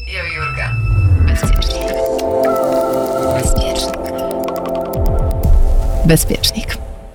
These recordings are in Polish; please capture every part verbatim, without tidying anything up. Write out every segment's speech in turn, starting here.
Jo Jurga. Bezpiecznik. Bezpiecznik. Bezpiecznik.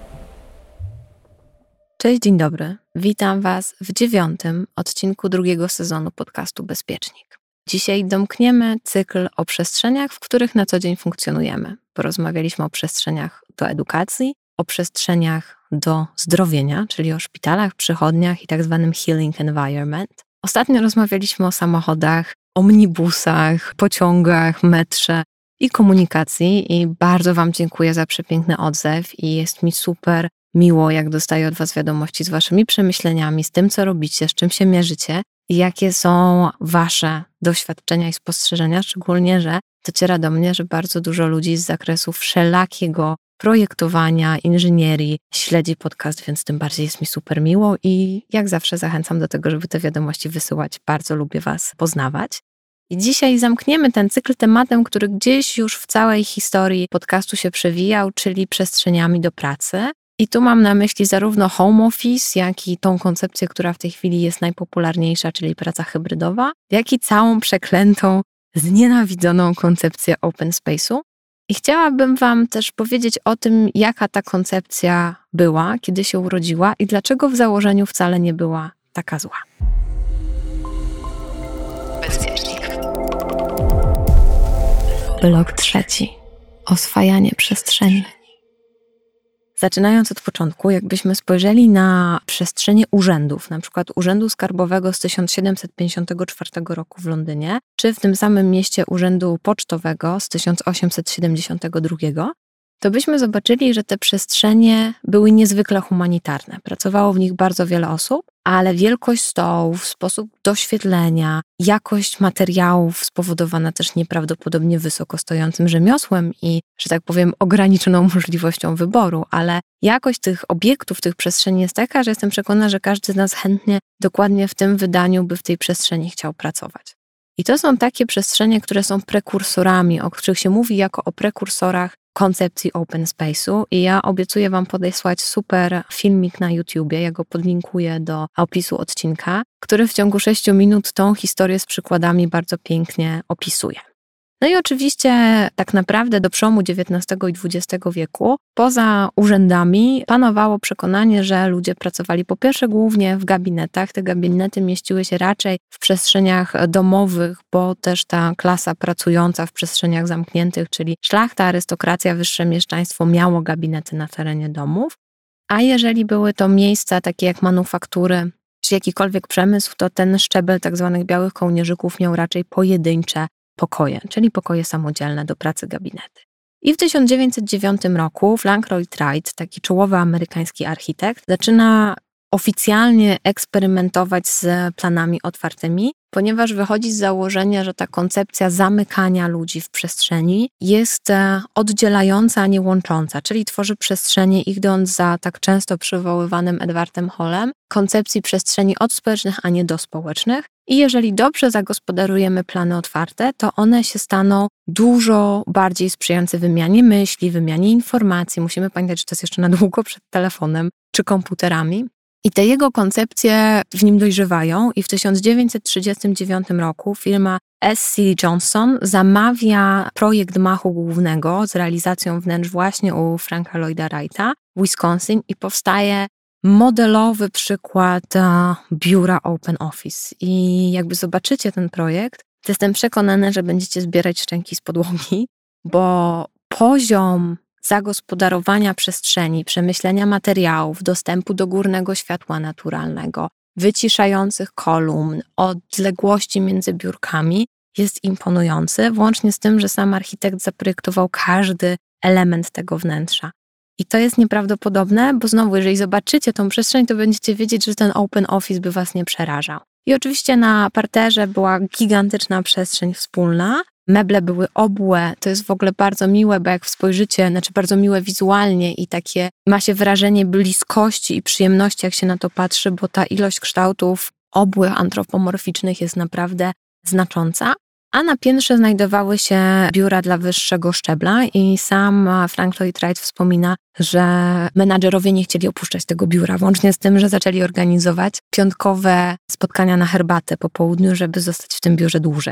Cześć, dzień dobry. Witam Was w dziewiątym odcinku drugiego sezonu podcastu Bezpiecznik. Dzisiaj domkniemy cykl o przestrzeniach, w których na co dzień funkcjonujemy. Porozmawialiśmy o przestrzeniach do edukacji, o przestrzeniach do zdrowienia, czyli o szpitalach, przychodniach i tak zwanym healing environment. Ostatnio rozmawialiśmy o samochodach, omnibusach, pociągach, metrze i komunikacji i bardzo Wam dziękuję za przepiękny odzew i jest mi super miło, jak dostaję od Was wiadomości z Waszymi przemyśleniami, z tym, co robicie, z czym się mierzycie i jakie są Wasze doświadczenia i spostrzeżenia, szczególnie, że dociera do mnie, że bardzo dużo ludzi z zakresu wszelakiego projektowania, inżynierii śledzi podcast, więc tym bardziej jest mi super miło i jak zawsze zachęcam do tego, żeby te wiadomości wysyłać. Bardzo lubię Was poznawać. I dzisiaj zamkniemy ten cykl tematem, który gdzieś już w całej historii podcastu się przewijał, czyli przestrzeniami do pracy. I tu mam na myśli zarówno home office, jak i tą koncepcję, która w tej chwili jest najpopularniejsza, czyli praca hybrydowa, jak i całą przeklętą, znienawidzoną koncepcję open space'u. I chciałabym Wam też powiedzieć o tym, jaka ta koncepcja była, kiedy się urodziła i dlaczego w założeniu wcale nie była taka zła. Bezpiecznik. Blok trzeci. Oswajanie przestrzeni. Zaczynając od początku, jakbyśmy spojrzeli na przestrzenie urzędów, na przykład Urzędu Skarbowego z tysiąc siedemset pięćdziesiątego czwartego roku w Londynie, czy w tym samym mieście Urzędu Pocztowego z tysiąc osiemset siedemdziesiątego drugiego, to byśmy zobaczyli, że te przestrzenie były niezwykle humanitarne. Pracowało w nich bardzo wiele osób, ale wielkość stołów, sposób doświetlenia, jakość materiałów spowodowana też nieprawdopodobnie wysoko stojącym rzemiosłem i, że tak powiem, ograniczoną możliwością wyboru, ale jakość tych obiektów, tych przestrzeni jest taka, że jestem przekonana, że każdy z nas chętnie dokładnie w tym wydaniu by w tej przestrzeni chciał pracować. I to są takie przestrzenie, które są prekursorami, o których się mówi jako o prekursorach koncepcji open space'u i ja obiecuję Wam podesłać super filmik na YouTubie, ja go podlinkuję do opisu odcinka, który w ciągu sześciu minut tą historię z przykładami bardzo pięknie opisuje. No i oczywiście tak naprawdę do przełomu dziewiętnastego i dwudziestego wieku poza urzędami panowało przekonanie, że ludzie pracowali po pierwsze głównie w gabinetach. Te gabinety mieściły się raczej w przestrzeniach domowych, bo też ta klasa pracująca w przestrzeniach zamkniętych, czyli szlachta, arystokracja, wyższe mieszczaństwo miało gabinety na terenie domów. A jeżeli były to miejsca takie jak manufaktury czy jakikolwiek przemysł, to ten szczebel tak zwanych białych kołnierzyków miał raczej pojedyncze pokoje, czyli pokoje samodzielne do pracy gabinety. I w tysiąc dziewięćset dziewiątym roku Frank Lloyd Wright, taki czołowy amerykański architekt, zaczyna oficjalnie eksperymentować z planami otwartymi, ponieważ wychodzi z założenia, że ta koncepcja zamykania ludzi w przestrzeni jest oddzielająca, a nie łącząca, czyli tworzy przestrzenie, idąc za tak często przywoływanym Edwardem Hallem, koncepcji przestrzeni od społecznych, a nie do społecznych. I jeżeli dobrze zagospodarujemy plany otwarte, to one się staną dużo bardziej sprzyjające wymianie myśli, wymianie informacji. Musimy pamiętać, że to jest jeszcze na długo przed telefonem czy komputerami. I te jego koncepcje w nim dojrzewają i w tysiąc dziewięćset trzydziestym dziewiątym roku firma S C Johnson zamawia projekt machu głównego z realizacją wnętrz właśnie u Franka Lloyda Wrighta w Wisconsin i powstaje modelowy przykład biura Open Office. I jakby zobaczycie ten projekt, to jestem przekonana, że będziecie zbierać szczęki z podłogi, bo poziom zagospodarowania przestrzeni, przemyślenia materiałów, dostępu do górnego światła naturalnego, wyciszających kolumn, odległości między biurkami jest imponujący, włącznie z tym, że sam architekt zaprojektował każdy element tego wnętrza. I to jest nieprawdopodobne, bo znowu, jeżeli zobaczycie tą przestrzeń, to będziecie wiedzieć, że ten open office by Was nie przerażał. I oczywiście na parterze była gigantyczna przestrzeń wspólna, meble były obłe, to jest w ogóle bardzo miłe, bo jak spojrzycie, znaczy bardzo miłe wizualnie i takie ma się wrażenie bliskości i przyjemności, jak się na to patrzy, bo ta ilość kształtów obłych, antropomorficznych jest naprawdę znacząca. A na piętrze znajdowały się biura dla wyższego szczebla i sam Frank Lloyd Wright wspomina, że menadżerowie nie chcieli opuszczać tego biura, włącznie z tym, że zaczęli organizować piątkowe spotkania na herbatę po południu, żeby zostać w tym biurze dłużej.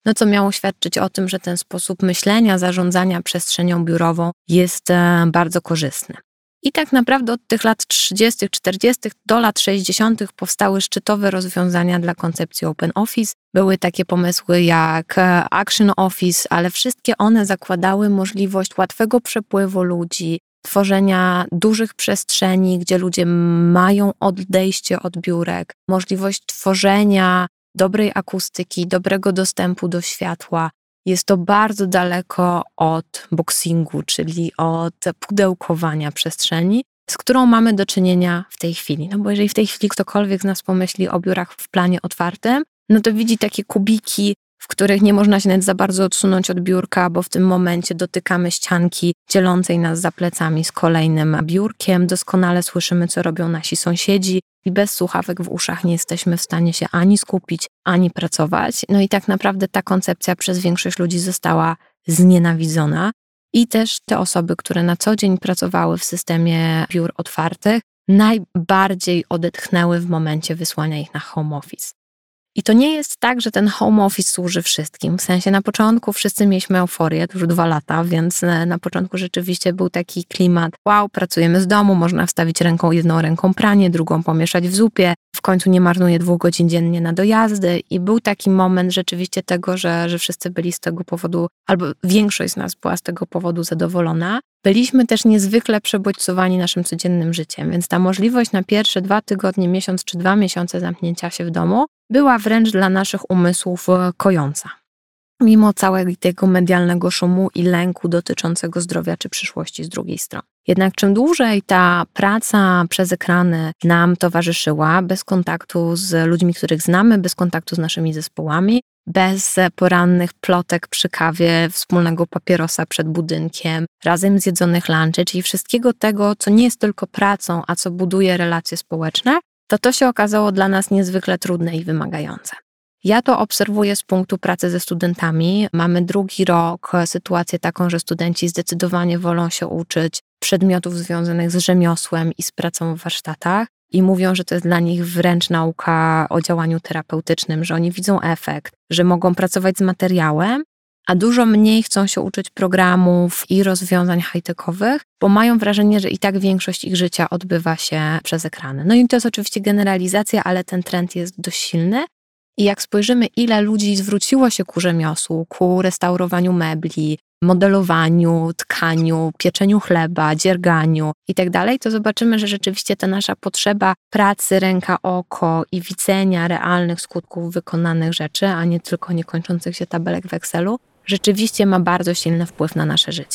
no co miało świadczyć o tym, że ten sposób myślenia, zarządzania przestrzenią biurową jest bardzo korzystny. I tak naprawdę od tych lat trzydziestych, czterdziestych do lat sześćdziesiątych powstały szczytowe rozwiązania dla koncepcji Open Office. Były takie pomysły jak Action Office, ale wszystkie one zakładały możliwość łatwego przepływu ludzi, tworzenia dużych przestrzeni, gdzie ludzie mają odejście od biurek, możliwość tworzenia dobrej akustyki, dobrego dostępu do światła. Jest to bardzo daleko od boxingu, czyli od pudełkowania przestrzeni, z którą mamy do czynienia w tej chwili. No bo jeżeli w tej chwili ktokolwiek z nas pomyśli o biurach w planie otwartym, no to widzi takie kubiki, w których nie można się nawet za bardzo odsunąć od biurka, bo w tym momencie dotykamy ścianki dzielącej nas za plecami z kolejnym biurkiem. Doskonale słyszymy, co robią nasi sąsiedzi i bez słuchawek w uszach nie jesteśmy w stanie się ani skupić, ani pracować. No i tak naprawdę ta koncepcja przez większość ludzi została znienawidzona i też te osoby, które na co dzień pracowały w systemie biur otwartych, najbardziej odetchnęły w momencie wysłania ich na home office. I to nie jest tak, że ten home office służy wszystkim. W sensie na początku wszyscy mieliśmy euforię, to już dwa lata, więc na początku rzeczywiście był taki klimat, wow, pracujemy z domu, można wstawić ręką, jedną ręką pranie, drugą pomieszać w zupie, w końcu nie marnuję dwóch godzin dziennie na dojazdy i był taki moment rzeczywiście tego, że, że wszyscy byli z tego powodu, albo większość z nas była z tego powodu zadowolona. Byliśmy też niezwykle przebodźcowani naszym codziennym życiem, więc ta możliwość na pierwsze dwa tygodnie, miesiąc czy dwa miesiące zamknięcia się w domu była wręcz dla naszych umysłów kojąca. Mimo całego tego medialnego szumu i lęku dotyczącego zdrowia czy przyszłości z drugiej strony. Jednak czym dłużej ta praca przez ekrany nam towarzyszyła, bez kontaktu z ludźmi, których znamy, bez kontaktu z naszymi zespołami, bez porannych plotek przy kawie, wspólnego papierosa przed budynkiem, razem zjedzonych lunchy, czyli wszystkiego tego, co nie jest tylko pracą, a co buduje relacje społeczne, to to się okazało dla nas niezwykle trudne i wymagające. Ja to obserwuję z punktu pracy ze studentami. Mamy drugi rok, sytuację taką, że studenci zdecydowanie wolą się uczyć przedmiotów związanych z rzemiosłem i z pracą w warsztatach i mówią, że to jest dla nich wręcz nauka o działaniu terapeutycznym, że oni widzą efekt, że mogą pracować z materiałem, a dużo mniej chcą się uczyć programów i rozwiązań high-techowych, bo mają wrażenie, że i tak większość ich życia odbywa się przez ekrany. No i to jest oczywiście generalizacja, ale ten trend jest dość silny. I jak spojrzymy, ile ludzi zwróciło się ku rzemiosłu, ku restaurowaniu mebli, modelowaniu, tkaniu, pieczeniu chleba, dzierganiu i tak dalej, to zobaczymy, że rzeczywiście ta nasza potrzeba pracy ręka, oko i widzenia realnych skutków wykonanych rzeczy, a nie tylko niekończących się tabelek w Excelu, rzeczywiście ma bardzo silny wpływ na nasze życie.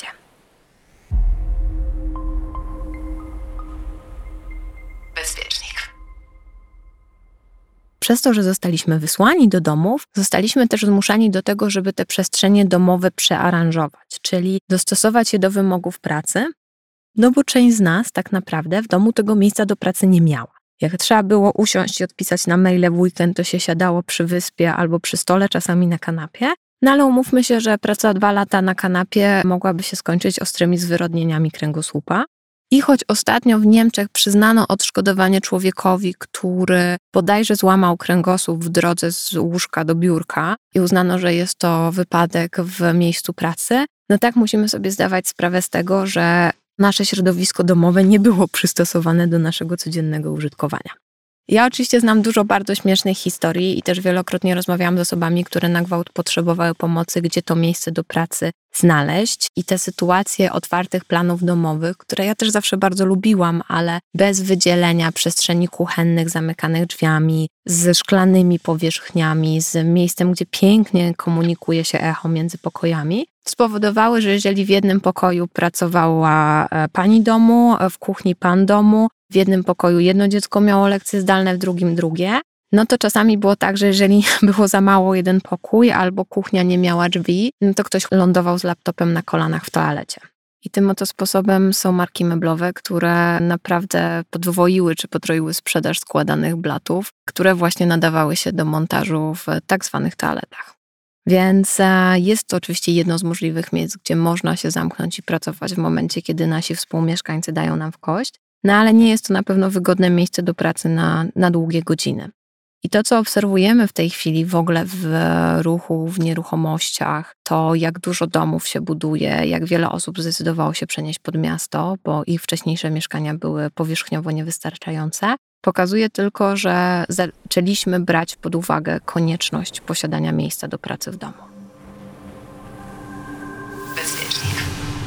Bezpiecznik. Przez to, że zostaliśmy wysłani do domów, zostaliśmy też zmuszani do tego, żeby te przestrzenie domowe przearanżować, czyli dostosować je do wymogów pracy, no bo część z nas tak naprawdę w domu tego miejsca do pracy nie miała. Jak trzeba było usiąść i odpisać na maile w weekend, to się siadało przy wyspie albo przy stole, czasami na kanapie. No ale umówmy się, że praca dwa lata na kanapie mogłaby się skończyć ostrymi zwyrodnieniami kręgosłupa. I choć ostatnio w Niemczech przyznano odszkodowanie człowiekowi, który bodajże złamał kręgosłup w drodze z łóżka do biurka i uznano, że jest to wypadek w miejscu pracy, no tak musimy sobie zdawać sprawę z tego, że nasze środowisko domowe nie było przystosowane do naszego codziennego użytkowania. Ja oczywiście znam dużo bardzo śmiesznych historii i też wielokrotnie rozmawiałam z osobami, które na gwałt potrzebowały pomocy, gdzie to miejsce do pracy znaleźć. I te sytuacje otwartych planów domowych, które ja też zawsze bardzo lubiłam, ale bez wydzielenia przestrzeni kuchennych, zamykanych drzwiami, z szklanymi powierzchniami, z miejscem, gdzie pięknie komunikuje się echo między pokojami, spowodowały, że jeżeli w jednym pokoju pracowała pani domu, w kuchni pan domu, w jednym pokoju jedno dziecko miało lekcje zdalne, w drugim drugie, no to czasami było tak, że jeżeli było za mało jeden pokój albo kuchnia nie miała drzwi, no to ktoś lądował z laptopem na kolanach w toalecie. I tym oto sposobem są marki meblowe, które naprawdę podwoiły czy potroiły sprzedaż składanych blatów, które właśnie nadawały się do montażu w tak zwanych toaletach. Więc jest to oczywiście jedno z możliwych miejsc, gdzie można się zamknąć i pracować w momencie, kiedy nasi współmieszkańcy dają nam w kość, no ale nie jest to na pewno wygodne miejsce do pracy na, na długie godziny. I to, co obserwujemy w tej chwili w ogóle w ruchu, w nieruchomościach, to jak dużo domów się buduje, jak wiele osób zdecydowało się przenieść pod miasto, bo ich wcześniejsze mieszkania były powierzchniowo niewystarczające, pokazuje tylko, że zaczęliśmy brać pod uwagę konieczność posiadania miejsca do pracy w domu. Bezpiecznik.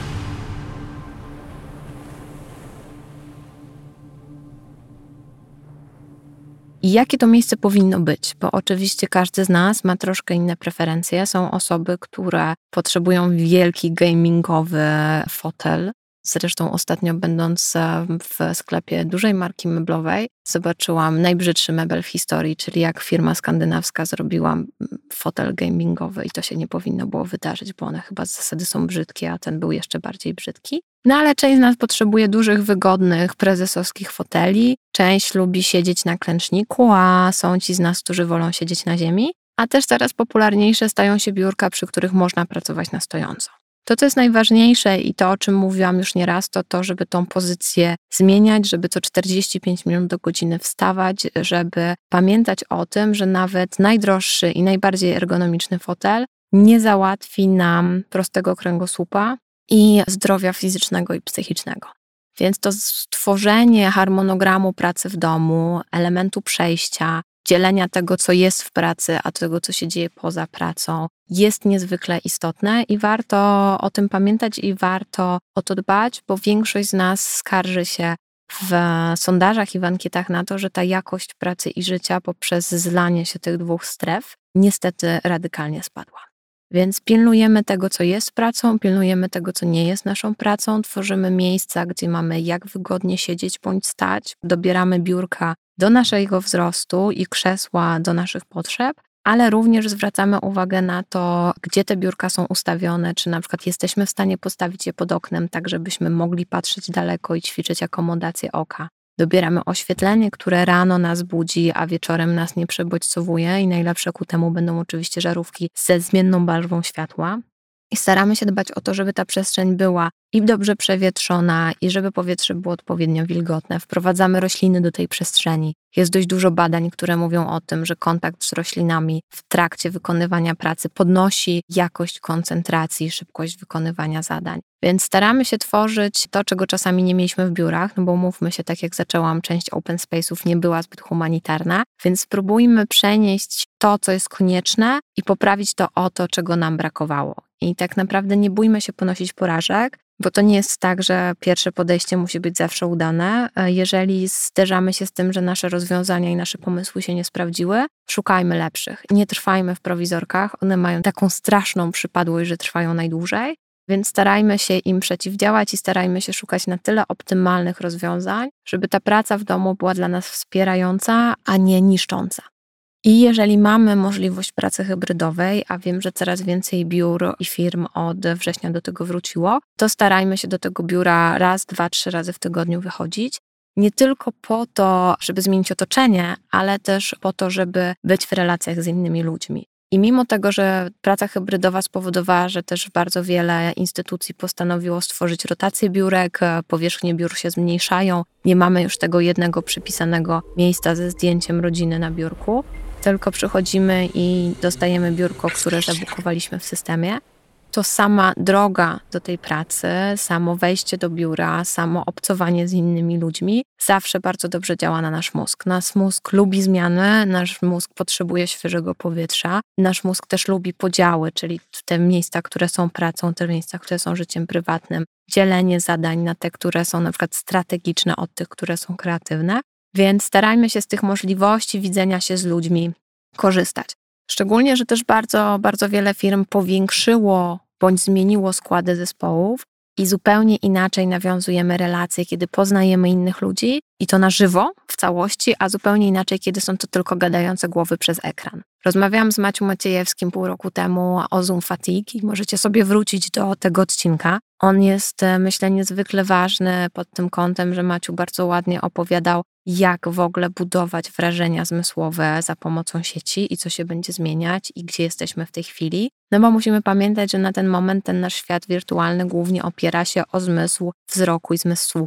I jakie to miejsce powinno być? Bo oczywiście każdy z nas ma troszkę inne preferencje. Są osoby, które potrzebują wielki gamingowy fotel. Zresztą ostatnio będąc w sklepie dużej marki meblowej, zobaczyłam najbrzydszy mebel w historii, czyli jak firma skandynawska zrobiła fotel gamingowy i to się nie powinno było wydarzyć, bo one chyba z zasady są brzydkie, a ten był jeszcze bardziej brzydki. No ale część z nas potrzebuje dużych, wygodnych, prezesowskich foteli. Część lubi siedzieć na klęczniku, a są ci z nas, którzy wolą siedzieć na ziemi. A też coraz popularniejsze stają się biurka, przy których można pracować na stojąco. To, co jest najważniejsze i to, o czym mówiłam już nieraz, to to, żeby tą pozycję zmieniać, żeby co czterdzieści pięć minut do godziny wstawać, żeby pamiętać o tym, że nawet najdroższy i najbardziej ergonomiczny fotel nie załatwi nam prostego kręgosłupa i zdrowia fizycznego i psychicznego. Więc to stworzenie harmonogramu pracy w domu, elementu przejścia, dzielenia tego, co jest w pracy, a tego, co się dzieje poza pracą, jest niezwykle istotne i warto o tym pamiętać i warto o to dbać, bo większość z nas skarży się w sondażach i w ankietach na to, że ta jakość pracy i życia poprzez zlanie się tych dwóch stref niestety radykalnie spadła. Więc pilnujemy tego, co jest pracą, pilnujemy tego, co nie jest naszą pracą, tworzymy miejsca, gdzie mamy jak wygodnie siedzieć bądź stać, dobieramy biurka do naszego wzrostu i krzesła do naszych potrzeb, ale również zwracamy uwagę na to, gdzie te biurka są ustawione, czy na przykład jesteśmy w stanie postawić je pod oknem, tak żebyśmy mogli patrzeć daleko i ćwiczyć akomodację oka. Dobieramy oświetlenie, które rano nas budzi, a wieczorem nas nie przebodźcowuje i najlepsze ku temu będą oczywiście żarówki ze zmienną barwą światła. I staramy się dbać o to, żeby ta przestrzeń była i dobrze przewietrzona, i żeby powietrze było odpowiednio wilgotne. Wprowadzamy rośliny do tej przestrzeni. Jest dość dużo badań, które mówią o tym, że kontakt z roślinami w trakcie wykonywania pracy podnosi jakość koncentracji, szybkość wykonywania zadań. Więc staramy się tworzyć to, czego czasami nie mieliśmy w biurach, no bo mówmy się, tak jak zaczęłam, część open space'ów nie była zbyt humanitarna, więc spróbujmy przenieść to, co jest konieczne i poprawić to o to, czego nam brakowało. I tak naprawdę nie bójmy się ponosić porażek, bo to nie jest tak, że pierwsze podejście musi być zawsze udane. Jeżeli zderzamy się z tym, że nasze rozwiązania i nasze pomysły się nie sprawdziły, szukajmy lepszych. Nie trwajmy w prowizorkach, one mają taką straszną przypadłość, że trwają najdłużej, więc starajmy się im przeciwdziałać i starajmy się szukać na tyle optymalnych rozwiązań, żeby ta praca w domu była dla nas wspierająca, a nie niszcząca. I jeżeli mamy możliwość pracy hybrydowej, a wiem, że coraz więcej biur i firm od września do tego wróciło, to starajmy się do tego biura raz, dwa, trzy razy w tygodniu wychodzić. Nie tylko po to, żeby zmienić otoczenie, ale też po to, żeby być w relacjach z innymi ludźmi. I mimo tego, że praca hybrydowa spowodowała, że też bardzo wiele instytucji postanowiło stworzyć rotację biurek, powierzchnie biur się zmniejszają, nie mamy już tego jednego przypisanego miejsca ze zdjęciem rodziny na biurku, tylko przychodzimy i dostajemy biurko, które zabukowaliśmy w systemie, to sama droga do tej pracy, samo wejście do biura, samo obcowanie z innymi ludźmi zawsze bardzo dobrze działa na nasz mózg. Nasz mózg lubi zmiany, nasz mózg potrzebuje świeżego powietrza, nasz mózg też lubi podziały, czyli te miejsca, które są pracą, te miejsca, które są życiem prywatnym, dzielenie zadań na te, które są na przykład strategiczne od tych, które są kreatywne. Więc starajmy się z tych możliwości widzenia się z ludźmi korzystać. Szczególnie, że też bardzo, bardzo wiele firm powiększyło bądź zmieniło składy zespołów i zupełnie inaczej nawiązujemy relacje, kiedy poznajemy innych ludzi i to na żywo, w całości, a zupełnie inaczej, kiedy są to tylko gadające głowy przez ekran. Rozmawiałam z Macią Maciejewskim pół roku temu o Zoom Fatigue i możecie sobie wrócić do tego odcinka. On jest, myślę, niezwykle ważny pod tym kątem, że Maciu bardzo ładnie opowiadał, jak w ogóle budować wrażenia zmysłowe za pomocą sieci i co się będzie zmieniać i gdzie jesteśmy w tej chwili. No bo musimy pamiętać, że na ten moment ten nasz świat wirtualny głównie opiera się o zmysł wzroku i zmysł słuchu.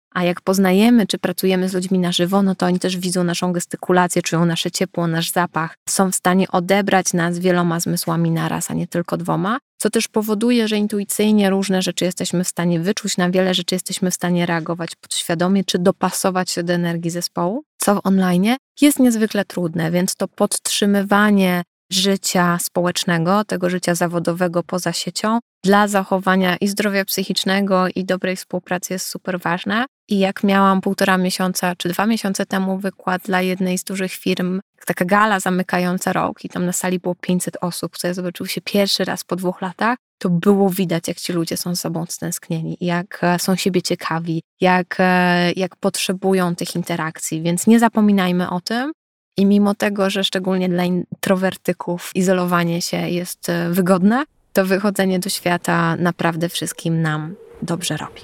A jak poznajemy, czy pracujemy z ludźmi na żywo, no to oni też widzą naszą gestykulację, czują nasze ciepło, nasz zapach. Są w stanie odebrać nas wieloma zmysłami naraz, a nie tylko dwoma. Co też powoduje, że intuicyjnie różne rzeczy jesteśmy w stanie wyczuć, na wiele rzeczy jesteśmy w stanie reagować podświadomie, czy dopasować się do energii zespołu, co w online jest niezwykle trudne, więc to podtrzymywanie życia społecznego, tego życia zawodowego poza siecią, dla zachowania i zdrowia psychicznego, i dobrej współpracy jest super ważne. I jak miałam półtora miesiąca czy dwa miesiące temu wykład dla jednej z dużych firm, taka gala zamykająca rok i tam na sali było pięćset osób, co ja zobaczyły się pierwszy raz po dwóch latach, to było widać, jak ci ludzie są z sobą stęsknieni, jak są siebie ciekawi, jak, jak potrzebują tych interakcji, więc nie zapominajmy o tym. I mimo tego, że szczególnie dla introwertyków izolowanie się jest wygodne, to wychodzenie do świata naprawdę wszystkim nam dobrze robi.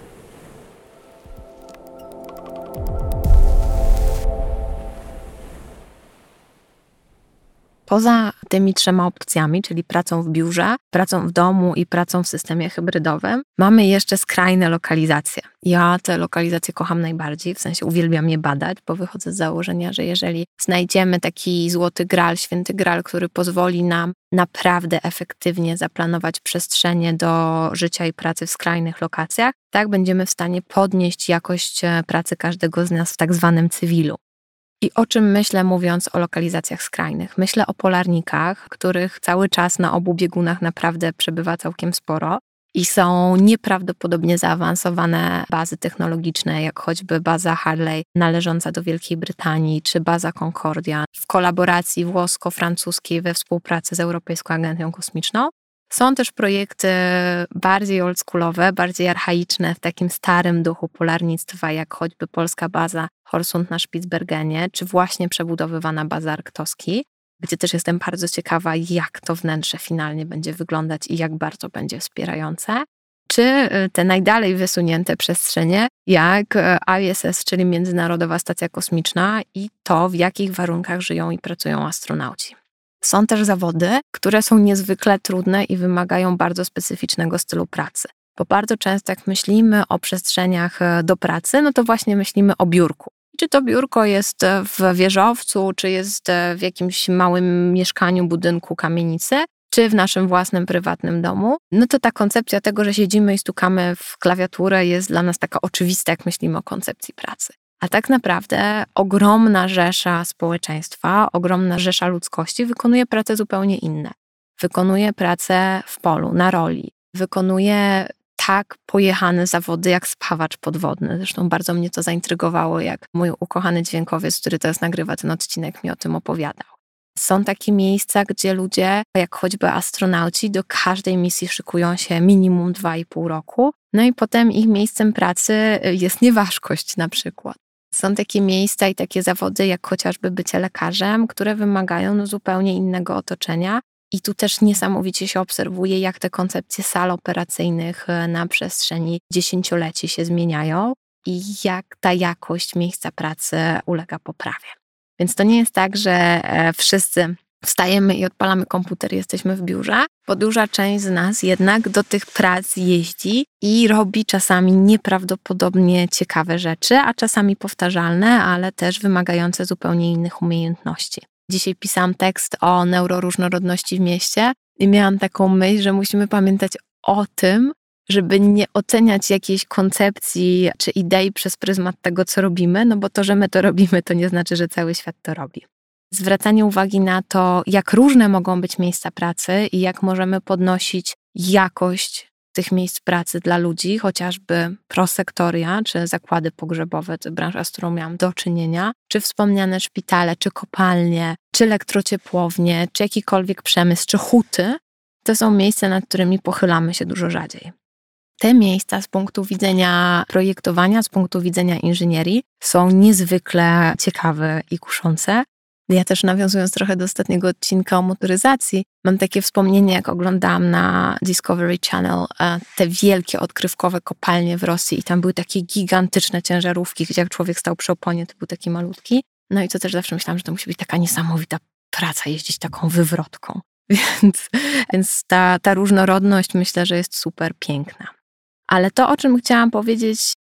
Poza tymi trzema opcjami, czyli pracą w biurze, pracą w domu i pracą w systemie hybrydowym, mamy jeszcze skrajne lokalizacje. Ja te lokalizacje kocham najbardziej, w sensie uwielbiam je badać, bo wychodzę z założenia, że jeżeli znajdziemy taki złoty gral, święty gral, który pozwoli nam naprawdę efektywnie zaplanować przestrzenie do życia i pracy w skrajnych lokacjach, tak będziemy w stanie podnieść jakość pracy każdego z nas w tak zwanym cywilu. I o czym myślę, mówiąc o lokalizacjach skrajnych? Myślę o polarnikach, których cały czas na obu biegunach naprawdę przebywa całkiem sporo i są nieprawdopodobnie zaawansowane bazy technologiczne, jak choćby baza Harley należąca do Wielkiej Brytanii, czy baza Concordia w kolaboracji włosko-francuskiej we współpracy z Europejską Agencją Kosmiczną. Są też projekty bardziej oldschoolowe, bardziej archaiczne w takim starym duchu polarnictwa, jak choćby polska baza Horsund na Spitsbergenie, czy właśnie przebudowywana baza Arctoski, gdzie też jestem bardzo ciekawa, jak to wnętrze finalnie będzie wyglądać i jak bardzo będzie wspierające. Czy te najdalej wysunięte przestrzenie, jak I S S, czyli Międzynarodowa Stacja Kosmiczna, i to, w jakich warunkach żyją i pracują astronauci. Są też zawody, które są niezwykle trudne i wymagają bardzo specyficznego stylu pracy. Bo bardzo często jak myślimy o przestrzeniach do pracy, no to właśnie myślimy o biurku. Czy to biurko jest w wieżowcu, czy jest w jakimś małym mieszkaniu, budynku, kamienicy, czy w naszym własnym, prywatnym domu, no to ta koncepcja tego, że siedzimy i stukamy w klawiaturę, jest dla nas taka oczywista, jak myślimy o koncepcji pracy. A tak naprawdę ogromna rzesza społeczeństwa, ogromna rzesza ludzkości wykonuje pracę zupełnie inne. Wykonuje pracę w polu, na roli. Wykonuje tak pojechane zawody jak spawacz podwodny. Zresztą bardzo mnie to zaintrygowało, jak mój ukochany dźwiękowiec, który teraz nagrywa ten odcinek, mi o tym opowiadał. Są takie miejsca, gdzie ludzie, jak choćby astronauci, do każdej misji szykują się minimum dwa i pół roku. No i potem ich miejscem pracy jest nieważkość na przykład. Są takie miejsca i takie zawody, jak chociażby bycie lekarzem, które wymagają no, zupełnie innego otoczenia. I tu też niesamowicie się obserwuje, jak te koncepcje sal operacyjnych na przestrzeni dziesięcioleci się zmieniają i jak ta jakość miejsca pracy ulega poprawie. Więc to nie jest tak, że wszyscy wstajemy i odpalamy komputer i jesteśmy w biurze, bo duża część z nas jednak do tych prac jeździ i robi czasami nieprawdopodobnie ciekawe rzeczy, a czasami powtarzalne, ale też wymagające zupełnie innych umiejętności. Dzisiaj pisałam tekst o neuroróżnorodności w mieście i miałam taką myśl, że musimy pamiętać o tym, żeby nie oceniać jakiejś koncepcji czy idei przez pryzmat tego, co robimy, no bo to, że my to robimy, to nie znaczy, że cały świat to robi. Zwracanie uwagi na to, jak różne mogą być miejsca pracy i jak możemy podnosić jakość tych miejsc pracy dla ludzi, chociażby prosektoria, czy zakłady pogrzebowe, to branża, z którą miałam do czynienia, czy wspomniane szpitale, czy kopalnie, czy elektrociepłownie, czy jakikolwiek przemysł, czy huty, to są miejsca, nad którymi pochylamy się dużo rzadziej. Te miejsca z punktu widzenia projektowania, z punktu widzenia inżynierii są niezwykle ciekawe i kuszące. Ja też, nawiązując trochę do ostatniego odcinka o motoryzacji, mam takie wspomnienie, jak oglądałam na Discovery Channel te wielkie odkrywkowe kopalnie w Rosji i tam były takie gigantyczne ciężarówki, gdzie jak człowiek stał przy oponie, to był taki malutki. No i to też zawsze myślałam, że to musi być taka niesamowita praca, jeździć taką wywrotką. Więc, więc ta, ta różnorodność myślę, że jest super piękna. Ale to, o czym chciałam powiedzieć,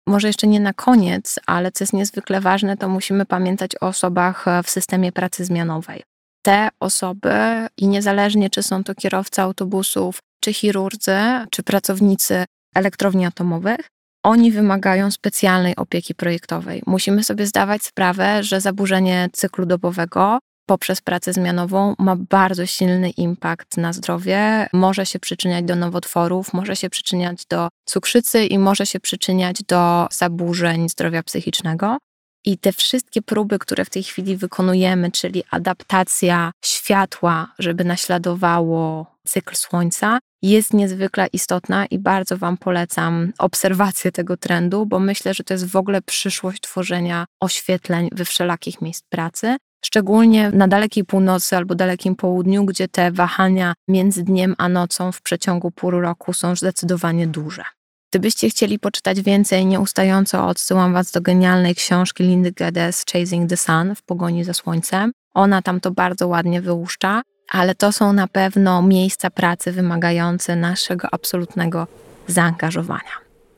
może jeszcze nie na koniec, ale co jest niezwykle ważne, to musimy pamiętać o osobach w systemie pracy zmianowej. Te osoby i niezależnie czy są to kierowcy autobusów, czy chirurdzy, czy pracownicy elektrowni atomowych, oni wymagają specjalnej opieki projektowej. Musimy sobie zdawać sprawę, że zaburzenie cyklu dobowego poprzez pracę zmianową ma bardzo silny impact na zdrowie, może się przyczyniać do nowotworów, może się przyczyniać do cukrzycy i może się przyczyniać do zaburzeń zdrowia psychicznego. I te wszystkie próby, które w tej chwili wykonujemy, czyli adaptacja światła, żeby naśladowało cykl słońca, jest niezwykle istotna i bardzo Wam polecam obserwację tego trendu, bo myślę, że to jest w ogóle przyszłość tworzenia oświetleń we wszelakich miejsc pracy. Szczególnie na dalekiej północy albo dalekim południu, gdzie te wahania między dniem a nocą w przeciągu pół roku są zdecydowanie duże. Gdybyście chcieli poczytać więcej, nieustająco odsyłam Was do genialnej książki Lindy Geddes Chasing the Sun, w pogoni za słońcem. Ona tam to bardzo ładnie wyłuszcza, ale to są na pewno miejsca pracy wymagające naszego absolutnego zaangażowania.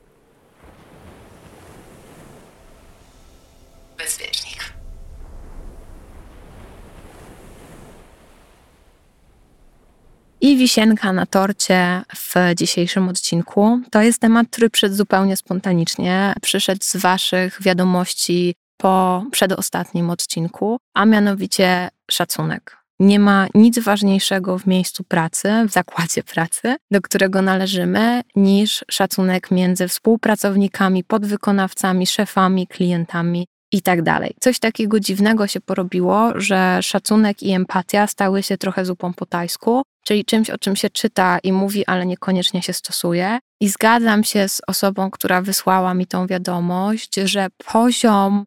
Bezpiecznik. I wisienka na torcie w dzisiejszym odcinku to jest temat, który przyszedł zupełnie spontanicznie. Przyszedł z Waszych wiadomości po przedostatnim odcinku, a mianowicie szacunek. Nie ma nic ważniejszego w miejscu pracy, w zakładzie pracy, do którego należymy, niż szacunek między współpracownikami, podwykonawcami, szefami, klientami i tak dalej. Coś takiego dziwnego się porobiło, że szacunek i empatia stały się trochę zupą po tajsku, czyli czymś, o czym się czyta i mówi, ale niekoniecznie się stosuje. I zgadzam się z osobą, która wysłała mi tą wiadomość, że poziom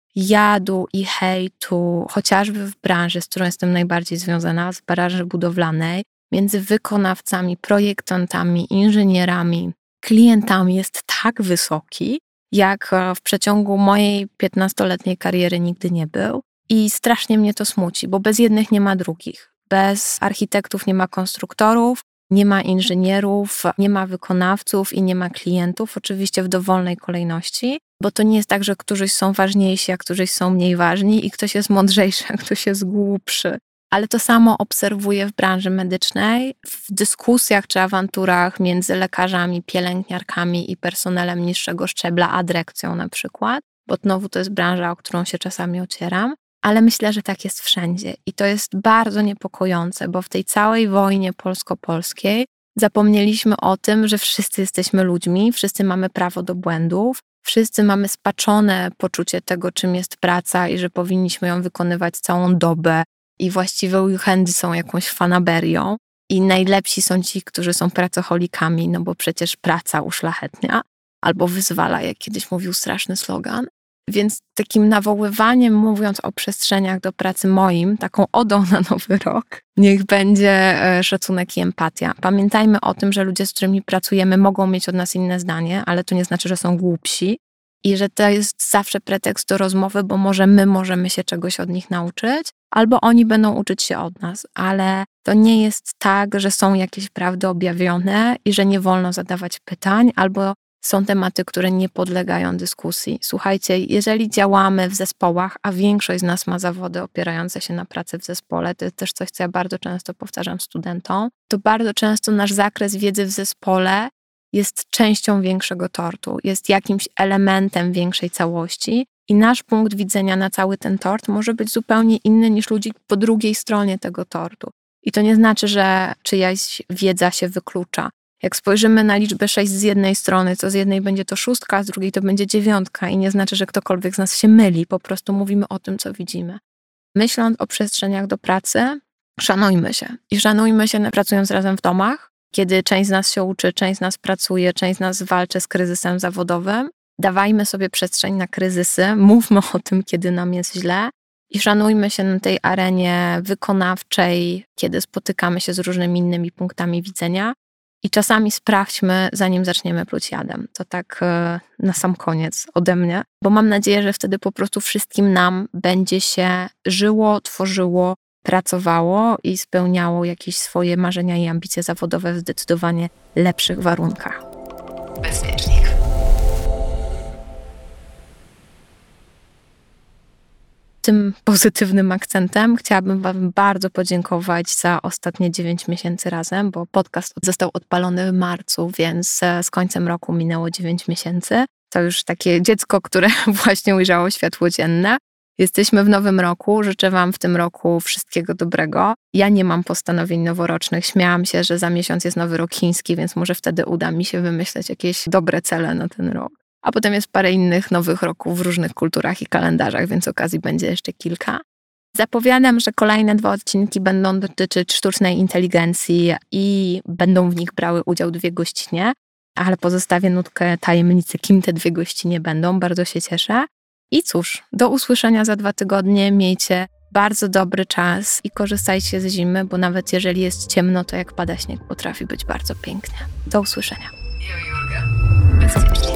jadu i hejtu, chociażby w branży, z którą jestem najbardziej związana, z branży budowlanej, między wykonawcami, projektantami, inżynierami, klientami jest tak wysoki, jak w przeciągu mojej piętnastoletniej kariery nigdy nie był. I strasznie mnie to smuci, bo bez jednych nie ma drugich. Bez architektów nie ma konstruktorów, nie ma inżynierów, nie ma wykonawców i nie ma klientów, oczywiście w dowolnej kolejności, bo to nie jest tak, że którzy są ważniejsi, a którzy są mniej ważni i ktoś jest mądrzejszy, a ktoś jest głupszy. Ale to samo obserwuję w branży medycznej, w dyskusjach czy awanturach między lekarzami, pielęgniarkami i personelem niższego szczebla, a dyrekcją na przykład, bo znowu to jest branża, o którą się czasami ocieram, ale myślę, że tak jest wszędzie i to jest bardzo niepokojące, bo w tej całej wojnie polsko-polskiej zapomnieliśmy o tym, że wszyscy jesteśmy ludźmi, wszyscy mamy prawo do błędów, wszyscy mamy spaczone poczucie tego, czym jest praca i że powinniśmy ją wykonywać całą dobę i właściwe weekendy są jakąś fanaberią i najlepsi są ci, którzy są pracoholikami, no bo przecież praca uszlachetnia albo wyzwala, jak kiedyś mówił straszny slogan. Więc takim nawoływaniem, mówiąc o przestrzeniach do pracy moim, taką odą na nowy rok, niech będzie szacunek i empatia. Pamiętajmy o tym, że ludzie, z którymi pracujemy, mogą mieć od nas inne zdanie, ale to nie znaczy, że są głupsi i że to jest zawsze pretekst do rozmowy, bo może my możemy się czegoś od nich nauczyć, albo oni będą uczyć się od nas, ale to nie jest tak, że są jakieś prawdy objawione i że nie wolno zadawać pytań, albo są tematy, które nie podlegają dyskusji. Słuchajcie, jeżeli działamy w zespołach, a większość z nas ma zawody opierające się na pracy w zespole, to jest też coś, co ja bardzo często powtarzam studentom, to bardzo często nasz zakres wiedzy w zespole jest częścią większego tortu, jest jakimś elementem większej całości i nasz punkt widzenia na cały ten tort może być zupełnie inny niż ludzi po drugiej stronie tego tortu. I to nie znaczy, że czyjaś wiedza się wyklucza. Jak spojrzymy na liczbę sześć z jednej strony, to z jednej będzie to szóstka, a z drugiej to będzie dziewiątka i nie znaczy, że ktokolwiek z nas się myli, po prostu mówimy o tym, co widzimy. Myśląc o przestrzeniach do pracy, szanujmy się i szanujmy się pracując razem w domach, kiedy część z nas się uczy, część z nas pracuje, część z nas walczy z kryzysem zawodowym. Dawajmy sobie przestrzeń na kryzysy, mówmy o tym, kiedy nam jest źle i szanujmy się na tej arenie wykonawczej, kiedy spotykamy się z różnymi innymi punktami widzenia. I czasami sprawdźmy, zanim zaczniemy pluć jadem. To tak na sam koniec ode mnie, bo mam nadzieję, że wtedy po prostu wszystkim nam będzie się żyło, tworzyło, pracowało i spełniało jakieś swoje marzenia i ambicje zawodowe w zdecydowanie lepszych warunkach. Bezpiecznik. tym pozytywnym akcentem chciałabym Wam bardzo podziękować za ostatnie dziewięć miesięcy razem, bo podcast został odpalony w marcu, więc z końcem roku minęło dziewięć miesięcy. To już takie dziecko, które właśnie ujrzało światło dzienne. Jesteśmy w nowym roku. Życzę Wam w tym roku wszystkiego dobrego. Ja nie mam postanowień noworocznych. Śmiałam się, że za miesiąc jest nowy rok chiński, więc może wtedy uda mi się wymyśleć jakieś dobre cele na ten rok. A potem jest parę innych nowych roków w różnych kulturach i kalendarzach, więc okazji będzie jeszcze kilka. Zapowiadam, że kolejne dwa odcinki będą dotyczyć sztucznej inteligencji i będą w nich brały udział dwie gościnie, ale pozostawię nutkę tajemnicy, kim te dwie gościnie będą. Bardzo się cieszę. I cóż, do usłyszenia za dwa tygodnie. Miejcie bardzo dobry czas i korzystajcie z zimy, bo nawet jeżeli jest ciemno, to jak pada śnieg, potrafi być bardzo pięknie. Do usłyszenia. Bezpiecznie.